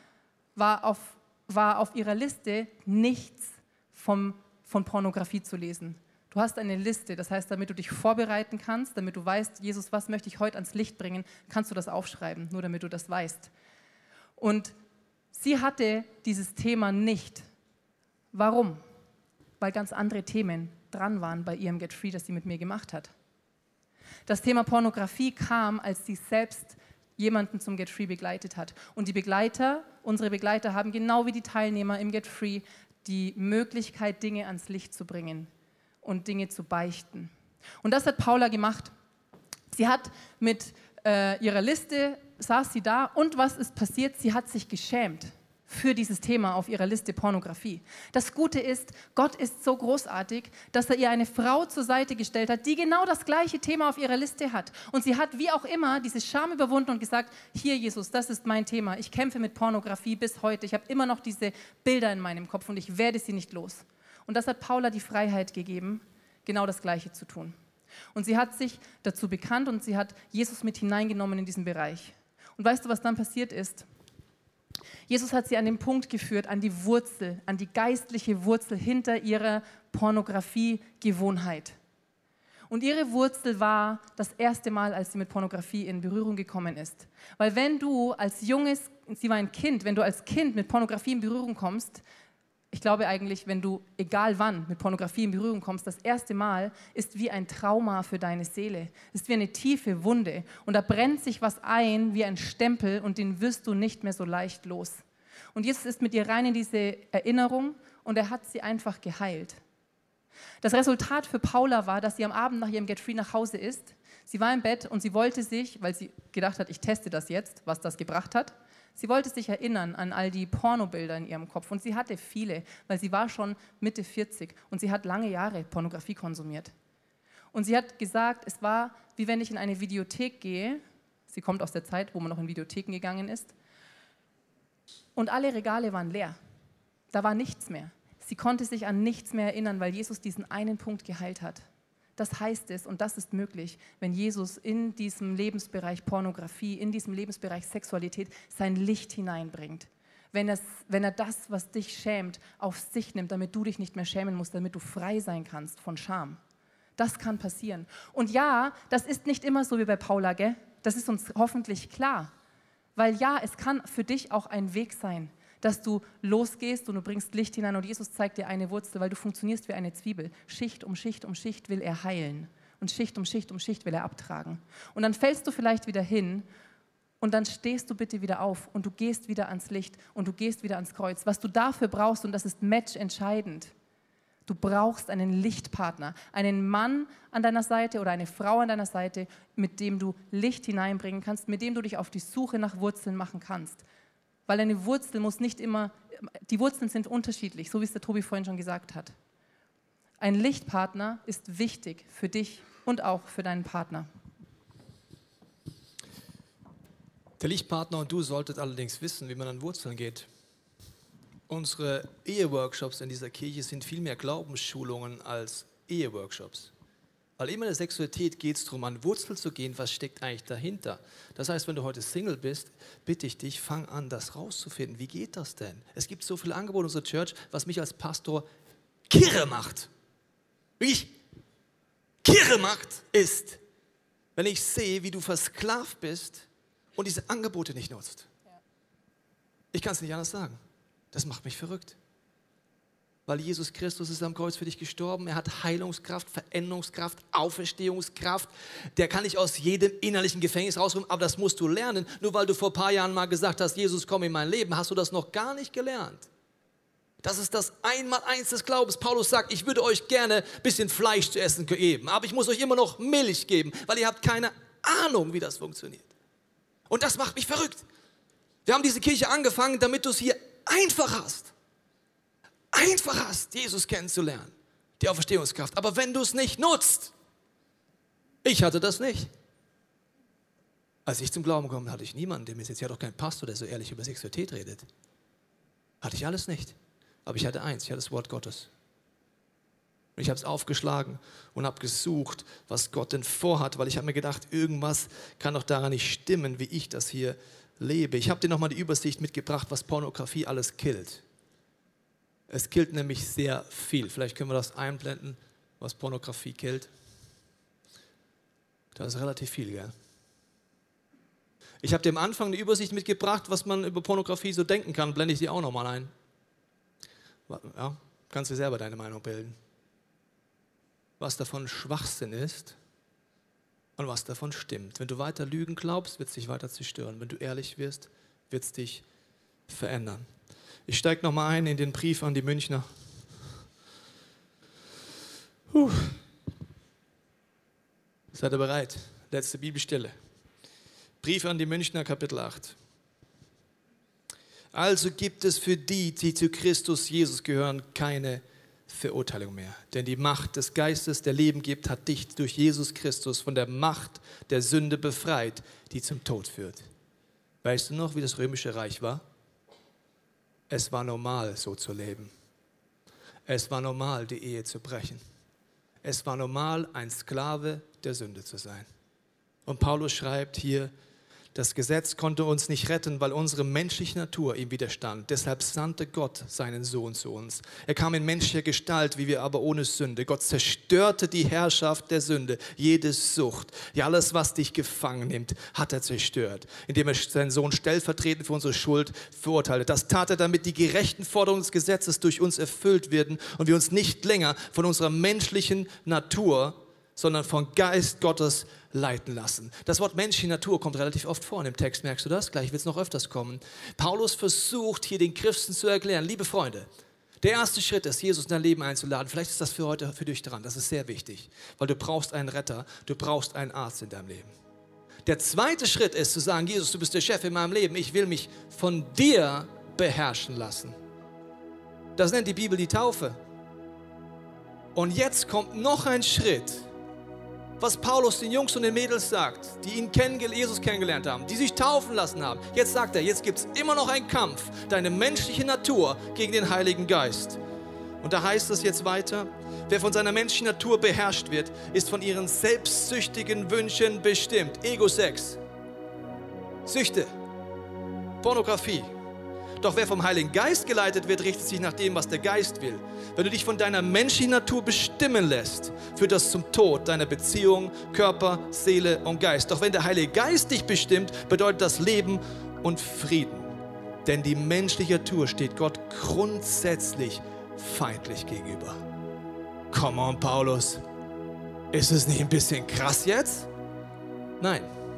C: war auf ihrer Liste nichts von Pornografie zu lesen. Du hast eine Liste, das heißt, damit du dich vorbereiten kannst, damit du weißt, Jesus, was möchte ich heute ans Licht bringen, kannst du das aufschreiben, nur damit du das weißt. Und sie hatte dieses Thema nicht. Warum? Weil ganz andere Themen dran waren bei ihrem Get Free, das sie mit mir gemacht hat. Das Thema Pornografie kam, als sie selbst jemanden zum Get Free begleitet hat. Und unsere Begleiter haben genau wie die Teilnehmer im Get Free die Möglichkeit, Dinge ans Licht zu bringen und Dinge zu beichten. Und das hat Paula gemacht. Sie hat mit ihrer Liste, saß sie da und was ist passiert? Sie hat sich geschämt für dieses Thema auf ihrer Liste Pornografie. Das Gute ist, Gott ist so großartig, dass er ihr eine Frau zur Seite gestellt hat, die genau das gleiche Thema auf ihrer Liste hat. Und sie hat wie auch immer diese Scham überwunden und gesagt, hier Jesus, das ist mein Thema. Ich kämpfe mit Pornografie bis heute. Ich habe immer noch diese Bilder in meinem Kopf und ich werde sie nicht los. Und das hat Paula die Freiheit gegeben, genau das Gleiche zu tun. Und sie hat sich dazu bekannt und sie hat Jesus mit hineingenommen in diesen Bereich. Und weißt du, was dann passiert ist? Jesus hat sie an den Punkt geführt, an die Wurzel, an die geistliche Wurzel hinter ihrer Pornografie-Gewohnheit. Und ihre Wurzel war das erste Mal, als sie mit Pornografie in Berührung gekommen ist. Weil wenn du als sie war ein Kind, wenn du als Kind mit Pornografie in Berührung kommst, ich glaube eigentlich, wenn du, egal wann, mit Pornografie in Berührung kommst, das erste Mal ist wie ein Trauma für deine Seele. Ist wie eine tiefe Wunde. Und da brennt sich was ein wie ein Stempel und den wirst du nicht mehr so leicht los. Und Jesus ist mit ihr rein in diese Erinnerung und er hat sie einfach geheilt. Das Resultat für Paula war, dass sie am Abend nach ihrem Get Free nach Hause ist. Sie war im Bett und sie wollte sich, weil sie gedacht hat, ich teste das jetzt, was das gebracht hat, sie wollte sich erinnern an all die Pornobilder in ihrem Kopf. Und sie hatte viele, weil sie war schon Mitte 40 und sie hat lange Jahre Pornografie konsumiert. Und sie hat gesagt, es war, wie wenn ich in eine Videothek gehe. Sie kommt aus der Zeit, wo man noch in Videotheken gegangen ist. Und alle Regale waren leer. Da war nichts mehr. Sie konnte sich an nichts mehr erinnern, weil Jesus diesen einen Punkt geheilt hat. Das heißt es, und das ist möglich, wenn Jesus in diesem Lebensbereich Pornografie, in diesem Lebensbereich Sexualität sein Licht hineinbringt. Wenn er das, was dich schämt, auf sich nimmt, damit du dich nicht mehr schämen musst, damit du frei sein kannst von Scham. Das kann passieren. Und ja, das ist nicht immer so wie bei Paula, gell? Das ist uns hoffentlich klar. Weil ja, es kann für dich auch ein Weg sein, dass du losgehst und du bringst Licht hinein und Jesus zeigt dir eine Wurzel, weil du funktionierst wie eine Zwiebel. Schicht um Schicht um Schicht will er heilen und Schicht um Schicht um Schicht will er abtragen. Und dann fällst du vielleicht wieder hin und dann stehst du bitte wieder auf und du gehst wieder ans Licht und du gehst wieder ans Kreuz. Was du dafür brauchst, und das ist matchentscheidend, du brauchst einen Lichtpartner, einen Mann an deiner Seite oder eine Frau an deiner Seite, mit dem du Licht hineinbringen kannst, mit dem du dich auf die Suche nach Wurzeln machen kannst. Weil eine Wurzel muss nicht immer, die Wurzeln sind unterschiedlich, so wie es der Tobi vorhin schon gesagt hat. Ein Lichtpartner ist wichtig für dich und auch für deinen Partner.
B: Der Lichtpartner und du solltet allerdings wissen, wie man an Wurzeln geht. Unsere Eheworkshops in dieser Kirche sind viel mehr Glaubensschulungen als Eheworkshops. Weil immer in der Sexualität geht es darum, an Wurzeln zu gehen, was steckt eigentlich dahinter. Das heißt, wenn du heute Single bist, bitte ich dich, fang an, das rauszufinden. Wie geht das denn? Es gibt so viele Angebote in unserer Church, was mich als Pastor kirre macht. Wirklich kirre macht ist, wenn ich sehe, wie du versklavt bist und diese Angebote nicht nutzt. Ich kann es nicht anders sagen. Das macht mich verrückt. Weil Jesus Christus ist am Kreuz für dich gestorben. Er hat Heilungskraft, Veränderungskraft, Auferstehungskraft. Der kann dich aus jedem innerlichen Gefängnis rausholen, aber das musst du lernen. Nur weil du vor ein paar Jahren mal gesagt hast, Jesus, komm in mein Leben, hast du das noch gar nicht gelernt. Das ist das Einmaleins des Glaubens. Paulus sagt, ich würde euch gerne ein bisschen Fleisch zu essen geben, aber ich muss euch immer noch Milch geben, weil ihr habt keine Ahnung, wie das funktioniert. Und das macht mich verrückt. Wir haben diese Kirche angefangen, damit du es hier einfach hast, Jesus kennenzulernen, die Auferstehungskraft. Aber wenn du es nicht nutzt, ich hatte das nicht. Als ich zum Glauben kam, hatte ich niemanden, der mir jetzt, ja doch kein Pastor, der so ehrlich über Sexualität redet. Hatte ich alles nicht. Aber ich hatte eins, ich hatte das Wort Gottes. Und ich habe es aufgeschlagen und habe gesucht, was Gott denn vorhat, weil ich habe mir gedacht, irgendwas kann doch daran nicht stimmen, wie ich das hier lebe. Ich habe dir nochmal die Übersicht mitgebracht, was Pornografie alles killt. Es killt nämlich sehr viel. Vielleicht können wir das einblenden, was Pornografie killt. Das ist relativ viel, gell? Ich habe dir am Anfang eine Übersicht mitgebracht, was man über Pornografie so denken kann. Blende ich dir auch nochmal ein. Ja, kannst du selber deine Meinung bilden. Was davon Schwachsinn ist und was davon stimmt. Wenn du weiter Lügen glaubst, wird es dich weiter zerstören. Wenn du ehrlich wirst, wird es dich verändern. Ich steige nochmal ein in den Brief an die Münchner. Seid ihr bereit? Letzte Bibelstelle. Brief an die Münchner, Kapitel 8. Also gibt es für die, die zu Christus Jesus gehören, keine Verurteilung mehr. Denn die Macht des Geistes, der Leben gibt, hat dich durch Jesus Christus von der Macht der Sünde befreit, die zum Tod führt. Weißt du noch, wie das römische Reich war? Es war normal, so zu leben. Es war normal, die Ehe zu brechen. Es war normal, ein Sklave der Sünde zu sein. Und Paulus schreibt hier, Das Gesetz konnte uns nicht retten, weil unsere menschliche Natur ihm widerstand. Deshalb sandte Gott seinen Sohn zu uns. Er kam in menschlicher Gestalt, wie wir aber ohne Sünde. Gott zerstörte die Herrschaft der Sünde, jede Sucht. Ja, alles, was dich gefangen nimmt, hat er zerstört, indem er seinen Sohn stellvertretend für unsere Schuld verurteilte. Das tat er, damit die gerechten Forderungen des Gesetzes durch uns erfüllt werden und wir uns nicht länger von unserer menschlichen Natur, sondern vom Geist Gottes leiten lassen. Das Wort menschliche Natur kommt relativ oft vor in dem Text, merkst du das? Gleich wird es noch öfters kommen. Paulus versucht hier den Christen zu erklären, liebe Freunde, der erste Schritt ist, Jesus in dein Leben einzuladen. Vielleicht ist das für heute für dich dran, das ist sehr wichtig, weil du brauchst einen Retter, du brauchst einen Arzt in deinem Leben. Der zweite Schritt ist zu sagen, Jesus, du bist der Chef in meinem Leben, ich will mich von dir beherrschen lassen. Das nennt die Bibel die Taufe. Und jetzt kommt noch ein Schritt, was Paulus den Jungs und den Mädels sagt, die Jesus kennengelernt haben, die sich taufen lassen haben. Jetzt sagt er, jetzt gibt es immer noch einen Kampf, deine menschliche Natur gegen den Heiligen Geist. Und da heißt es jetzt weiter, wer von seiner menschlichen Natur beherrscht wird, ist von ihren selbstsüchtigen Wünschen bestimmt. Ego-Sex, Süchte, Pornografie. Doch wer vom Heiligen Geist geleitet wird, richtet sich nach dem, was der Geist will. Wenn du dich von deiner menschlichen Natur bestimmen lässt, führt das zum Tod deiner Beziehung, Körper, Seele und Geist. Doch wenn der Heilige Geist dich bestimmt, bedeutet das Leben und Frieden. Denn die menschliche Natur steht Gott grundsätzlich feindlich gegenüber. Come on, Paulus. Ist es nicht ein bisschen krass jetzt? Nein.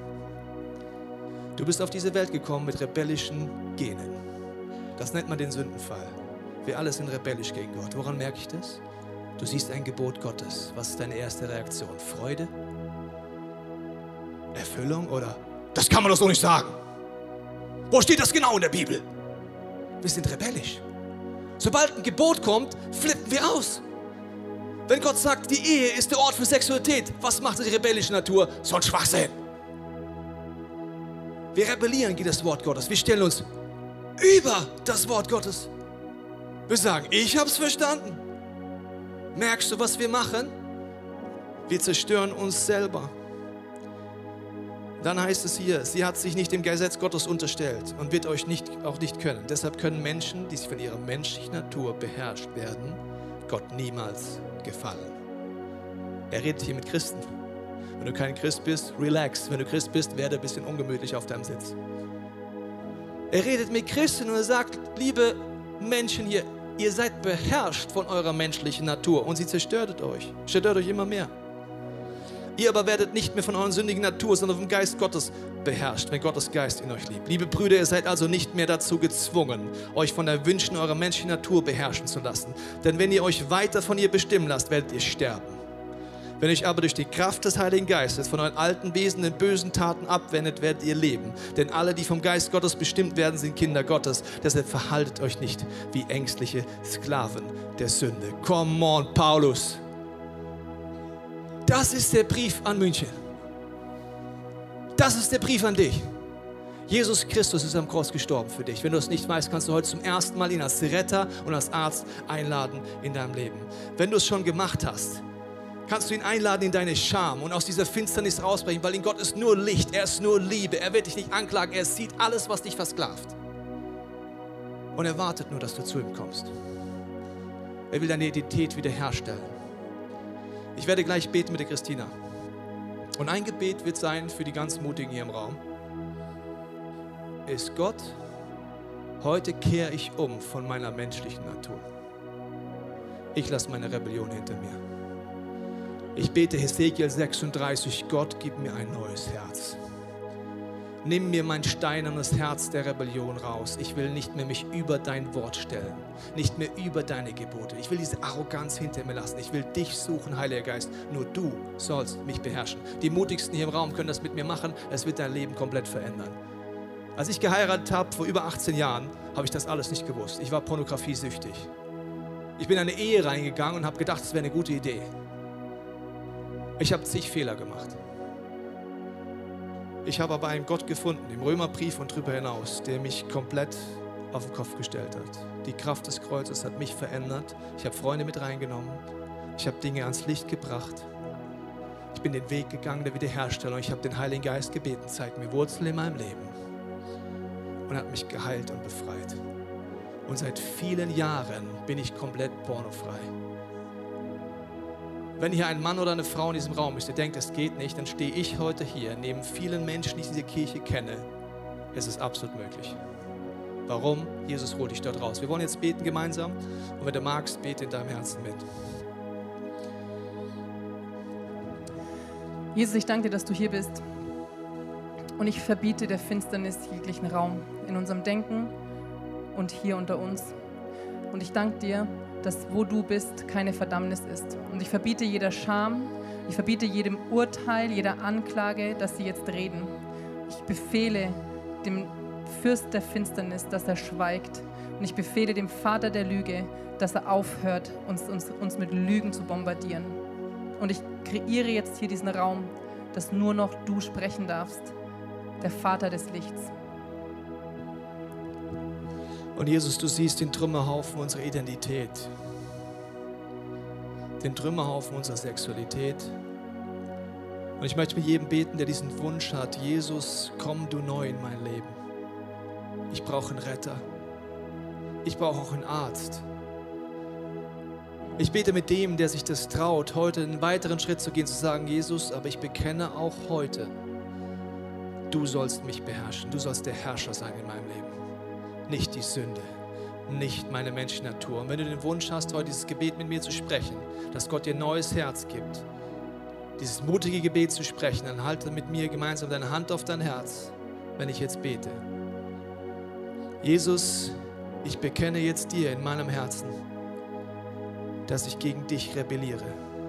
B: Du bist auf diese Welt gekommen mit rebellischen Genen. Das nennt man den Sündenfall. Wir alle sind rebellisch gegen Gott. Woran merke ich das? Du siehst ein Gebot Gottes. Was ist deine erste Reaktion? Freude? Erfüllung? Oder das kann man doch so nicht sagen. Wo steht das genau in der Bibel? Wir sind rebellisch. Sobald ein Gebot kommt, flippen wir aus. Wenn Gott sagt, die Ehe ist der Ort für Sexualität, was macht die rebellische Natur? So ein Schwachsinn. Wir rebellieren gegen das Wort Gottes. Wir stellen uns über das Wort Gottes. Wir sagen, ich habe es verstanden. Merkst du, was wir machen? Wir zerstören uns selber. Dann heißt es hier, sie hat sich nicht dem Gesetz Gottes unterstellt und wird euch auch nicht können. Deshalb können Menschen, die sich von ihrer menschlichen Natur beherrscht werden, Gott niemals gefallen. Er redet hier mit Christen. Wenn du kein Christ bist, relax. Wenn du Christ bist, werde ein bisschen ungemütlich auf deinem Sitz. Er redet mit Christen und er sagt, liebe Menschen hier, ihr seid beherrscht von eurer menschlichen Natur und sie zerstört euch immer mehr. Ihr aber werdet nicht mehr von eurer sündigen Natur, sondern vom Geist Gottes beherrscht, wenn Gottes Geist in euch lebt. Liebe Brüder, ihr seid also nicht mehr dazu gezwungen, euch von den Wünschen eurer menschlichen Natur beherrschen zu lassen. Denn wenn ihr euch weiter von ihr bestimmen lasst, werdet ihr sterben. Wenn euch aber durch die Kraft des Heiligen Geistes von euren alten Wesen, den bösen Taten abwendet, werdet ihr leben. Denn alle, die vom Geist Gottes bestimmt werden, sind Kinder Gottes. Deshalb verhaltet euch nicht wie ängstliche Sklaven der Sünde. Come on, Paulus. Das ist der Brief an München. Das ist der Brief an dich. Jesus Christus ist am Kreuz gestorben für dich. Wenn du es nicht weißt, kannst du heute zum ersten Mal ihn als Retter und als Arzt einladen in deinem Leben. Wenn du es schon gemacht hast, kannst du ihn einladen in deine Scham und aus dieser Finsternis rausbrechen, weil in Gott ist nur Licht, er ist nur Liebe, er wird dich nicht anklagen, er sieht alles, was dich versklavt. Und er wartet nur, dass du zu ihm kommst. Er will deine Identität wiederherstellen. Ich werde gleich beten mit der Christina. Und ein Gebet wird sein für die ganz Mutigen hier im Raum. Ist Gott, heute kehre ich um von meiner menschlichen Natur. Ich lasse meine Rebellion hinter mir. Ich bete Hesekiel 36, Gott, gib mir ein neues Herz. Nimm mir mein steinernes Herz der Rebellion raus. Ich will nicht mehr mich über dein Wort stellen, nicht mehr über deine Gebote. Ich will diese Arroganz hinter mir lassen. Ich will dich suchen, Heiliger Geist. Nur du sollst mich beherrschen. Die Mutigsten hier im Raum können das mit mir machen. Es wird dein Leben komplett verändern. Als ich geheiratet habe, vor über 18 Jahren, habe ich das alles nicht gewusst. Ich war pornografiesüchtig. Ich bin in eine Ehe reingegangen und habe gedacht, es wäre eine gute Idee. Ich habe zig Fehler gemacht. Ich habe aber einen Gott gefunden, im Römerbrief und darüber hinaus, der mich komplett auf den Kopf gestellt hat. Die Kraft des Kreuzes hat mich verändert. Ich habe Freunde mit reingenommen. Ich habe Dinge ans Licht gebracht. Ich bin den Weg gegangen der Wiederherstellung. Ich habe den Heiligen Geist gebeten, zeig mir Wurzeln in meinem Leben. Und hat mich geheilt und befreit. Und seit vielen Jahren bin ich komplett pornofrei. Wenn hier ein Mann oder eine Frau in diesem Raum ist, der denkt, es geht nicht, dann stehe ich heute hier, neben vielen Menschen, die ich diese Kirche kenne. Es ist absolut möglich. Warum? Jesus holt dich dort raus. Wir wollen jetzt beten gemeinsam. Und wenn du magst, bete in deinem Herzen mit.
C: Jesus, ich danke dir, dass du hier bist. Und ich verbiete der Finsternis jeglichen Raum in unserem Denken und hier unter uns. Und ich danke dir, dass wo du bist, keine Verdammnis ist. Und ich verbiete jeder Scham, ich verbiete jedem Urteil, jeder Anklage, dass sie jetzt reden. Ich befehle dem Fürst der Finsternis, dass er schweigt. Und ich befehle dem Vater der Lüge, dass er aufhört, uns mit Lügen zu bombardieren. Und ich kreiere jetzt hier diesen Raum, dass nur noch du sprechen darfst, der Vater des Lichts.
B: Und Jesus, du siehst den Trümmerhaufen unserer Identität, den Trümmerhaufen unserer Sexualität. Und ich möchte mit jedem beten, der diesen Wunsch hat: Jesus, komm du neu in mein Leben. Ich brauche einen Retter. Ich brauche auch einen Arzt. Ich bete mit dem, der sich das traut, heute einen weiteren Schritt zu gehen, zu sagen: Jesus, aber ich bekenne auch heute, du sollst mich beherrschen. Du sollst der Herrscher sein in meinem Leben. Nicht die Sünde, nicht meine menschliche Natur. Und wenn du den Wunsch hast, heute dieses Gebet mit mir zu sprechen, dass Gott dir ein neues Herz gibt, dieses mutige Gebet zu sprechen, dann halte mit mir gemeinsam deine Hand auf dein Herz, wenn ich jetzt bete. Jesus, ich bekenne jetzt dir in meinem Herzen, dass ich gegen dich rebelliere.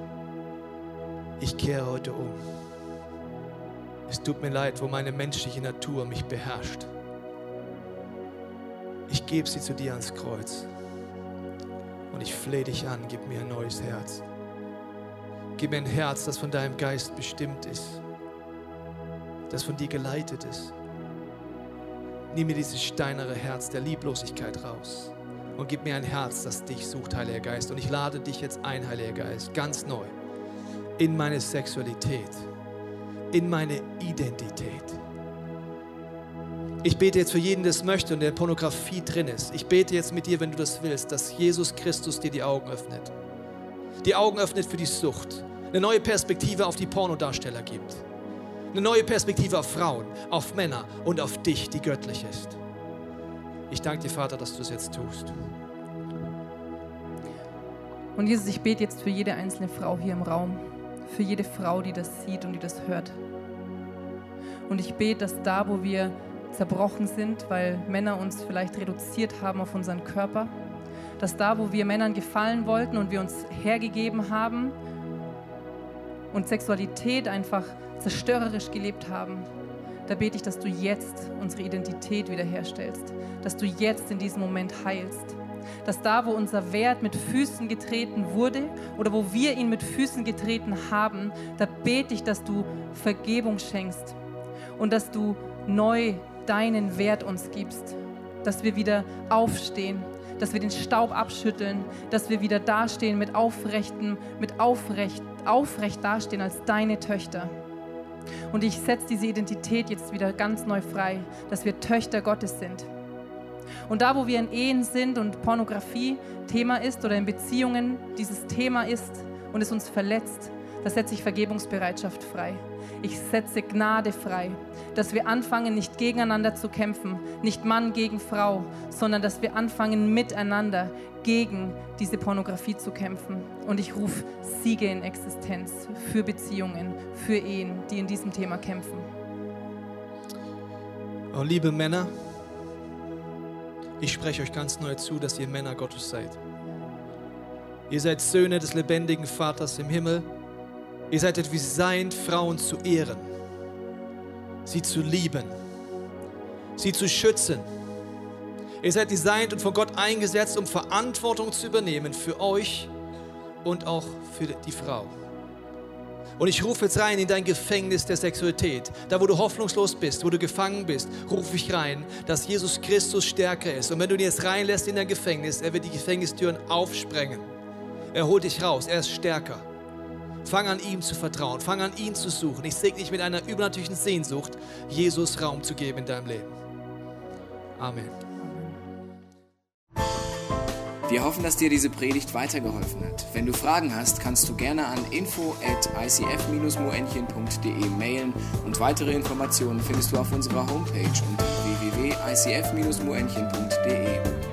B: Ich kehre heute um. Es tut mir leid, wo meine menschliche Natur mich beherrscht. Ich gebe sie zu dir ans Kreuz. Und ich flehe dich an, gib mir ein neues Herz. Gib mir ein Herz, das von deinem Geist bestimmt ist, das von dir geleitet ist. Nimm mir dieses steinere Herz der Lieblosigkeit raus und gib mir ein Herz, das dich sucht, Heiliger Geist. Und ich lade dich jetzt ein, Heiliger Geist, ganz neu in meine Sexualität, in meine Identität. Ich bete jetzt für jeden, der es möchte und der in Pornografie drin ist. Ich bete jetzt mit dir, wenn du das willst, dass Jesus Christus dir die Augen öffnet. Die Augen öffnet für die Sucht. Eine neue Perspektive auf die Pornodarsteller gibt. Eine neue Perspektive auf Frauen, auf Männer und auf dich, die göttlich ist. Ich danke dir, Vater, dass du es jetzt tust.
C: Und Jesus, ich bete jetzt für jede einzelne Frau hier im Raum. Für jede Frau, die das sieht und die das hört. Und ich bete, dass da, wo wir zerbrochen sind, weil Männer uns vielleicht reduziert haben auf unseren Körper, dass da, wo wir Männern gefallen wollten und wir uns hergegeben haben und Sexualität einfach zerstörerisch gelebt haben, da bete ich, dass du jetzt unsere Identität wiederherstellst, dass du jetzt in diesem Moment heilst, dass da, wo unser Wert mit Füßen getreten wurde oder wo wir ihn mit Füßen getreten haben, da bete ich, dass du Vergebung schenkst und dass du neu deinen Wert uns gibst, dass wir wieder aufstehen, dass wir den Staub abschütteln, dass wir wieder dastehen aufrecht dastehen als deine Töchter. Und ich setze diese Identität jetzt wieder ganz neu frei, dass wir Töchter Gottes sind. Und da, wo wir in Ehen sind und Pornografie Thema ist oder in Beziehungen dieses Thema ist und es uns verletzt, da setze ich Vergebungsbereitschaft frei. Ich setze Gnade frei, dass wir anfangen, nicht gegeneinander zu kämpfen, nicht Mann gegen Frau, sondern dass wir anfangen, miteinander gegen diese Pornografie zu kämpfen. Und ich rufe Siege in Existenz für Beziehungen, für Ehen, die in diesem Thema kämpfen.
B: Oh, liebe Männer, ich spreche euch ganz neu zu, dass ihr Männer Gottes seid. Ihr seid Söhne des lebendigen Vaters im Himmel. Ihr seid designt, Frauen zu ehren, sie zu lieben, sie zu schützen. Ihr seid designt und von Gott eingesetzt, um Verantwortung zu übernehmen für euch und auch für die Frau. Und ich rufe jetzt rein in dein Gefängnis der Sexualität. Da, wo du hoffnungslos bist, wo du gefangen bist, rufe ich rein, dass Jesus Christus stärker ist. Und wenn du ihn jetzt reinlässt in dein Gefängnis, er wird die Gefängnistüren aufsprengen. Er holt dich raus, er ist stärker. Fang an, ihm zu vertrauen. Fang an, ihn zu suchen. Ich segne dich mit einer übernatürlichen Sehnsucht, Jesus Raum zu geben in deinem Leben. Amen.
A: Wir hoffen, dass dir diese Predigt weitergeholfen hat. Wenn du Fragen hast, kannst du gerne an info@icf-moenchen.de mailen und weitere Informationen findest du auf unserer Homepage unter www.icf-moenchen.de.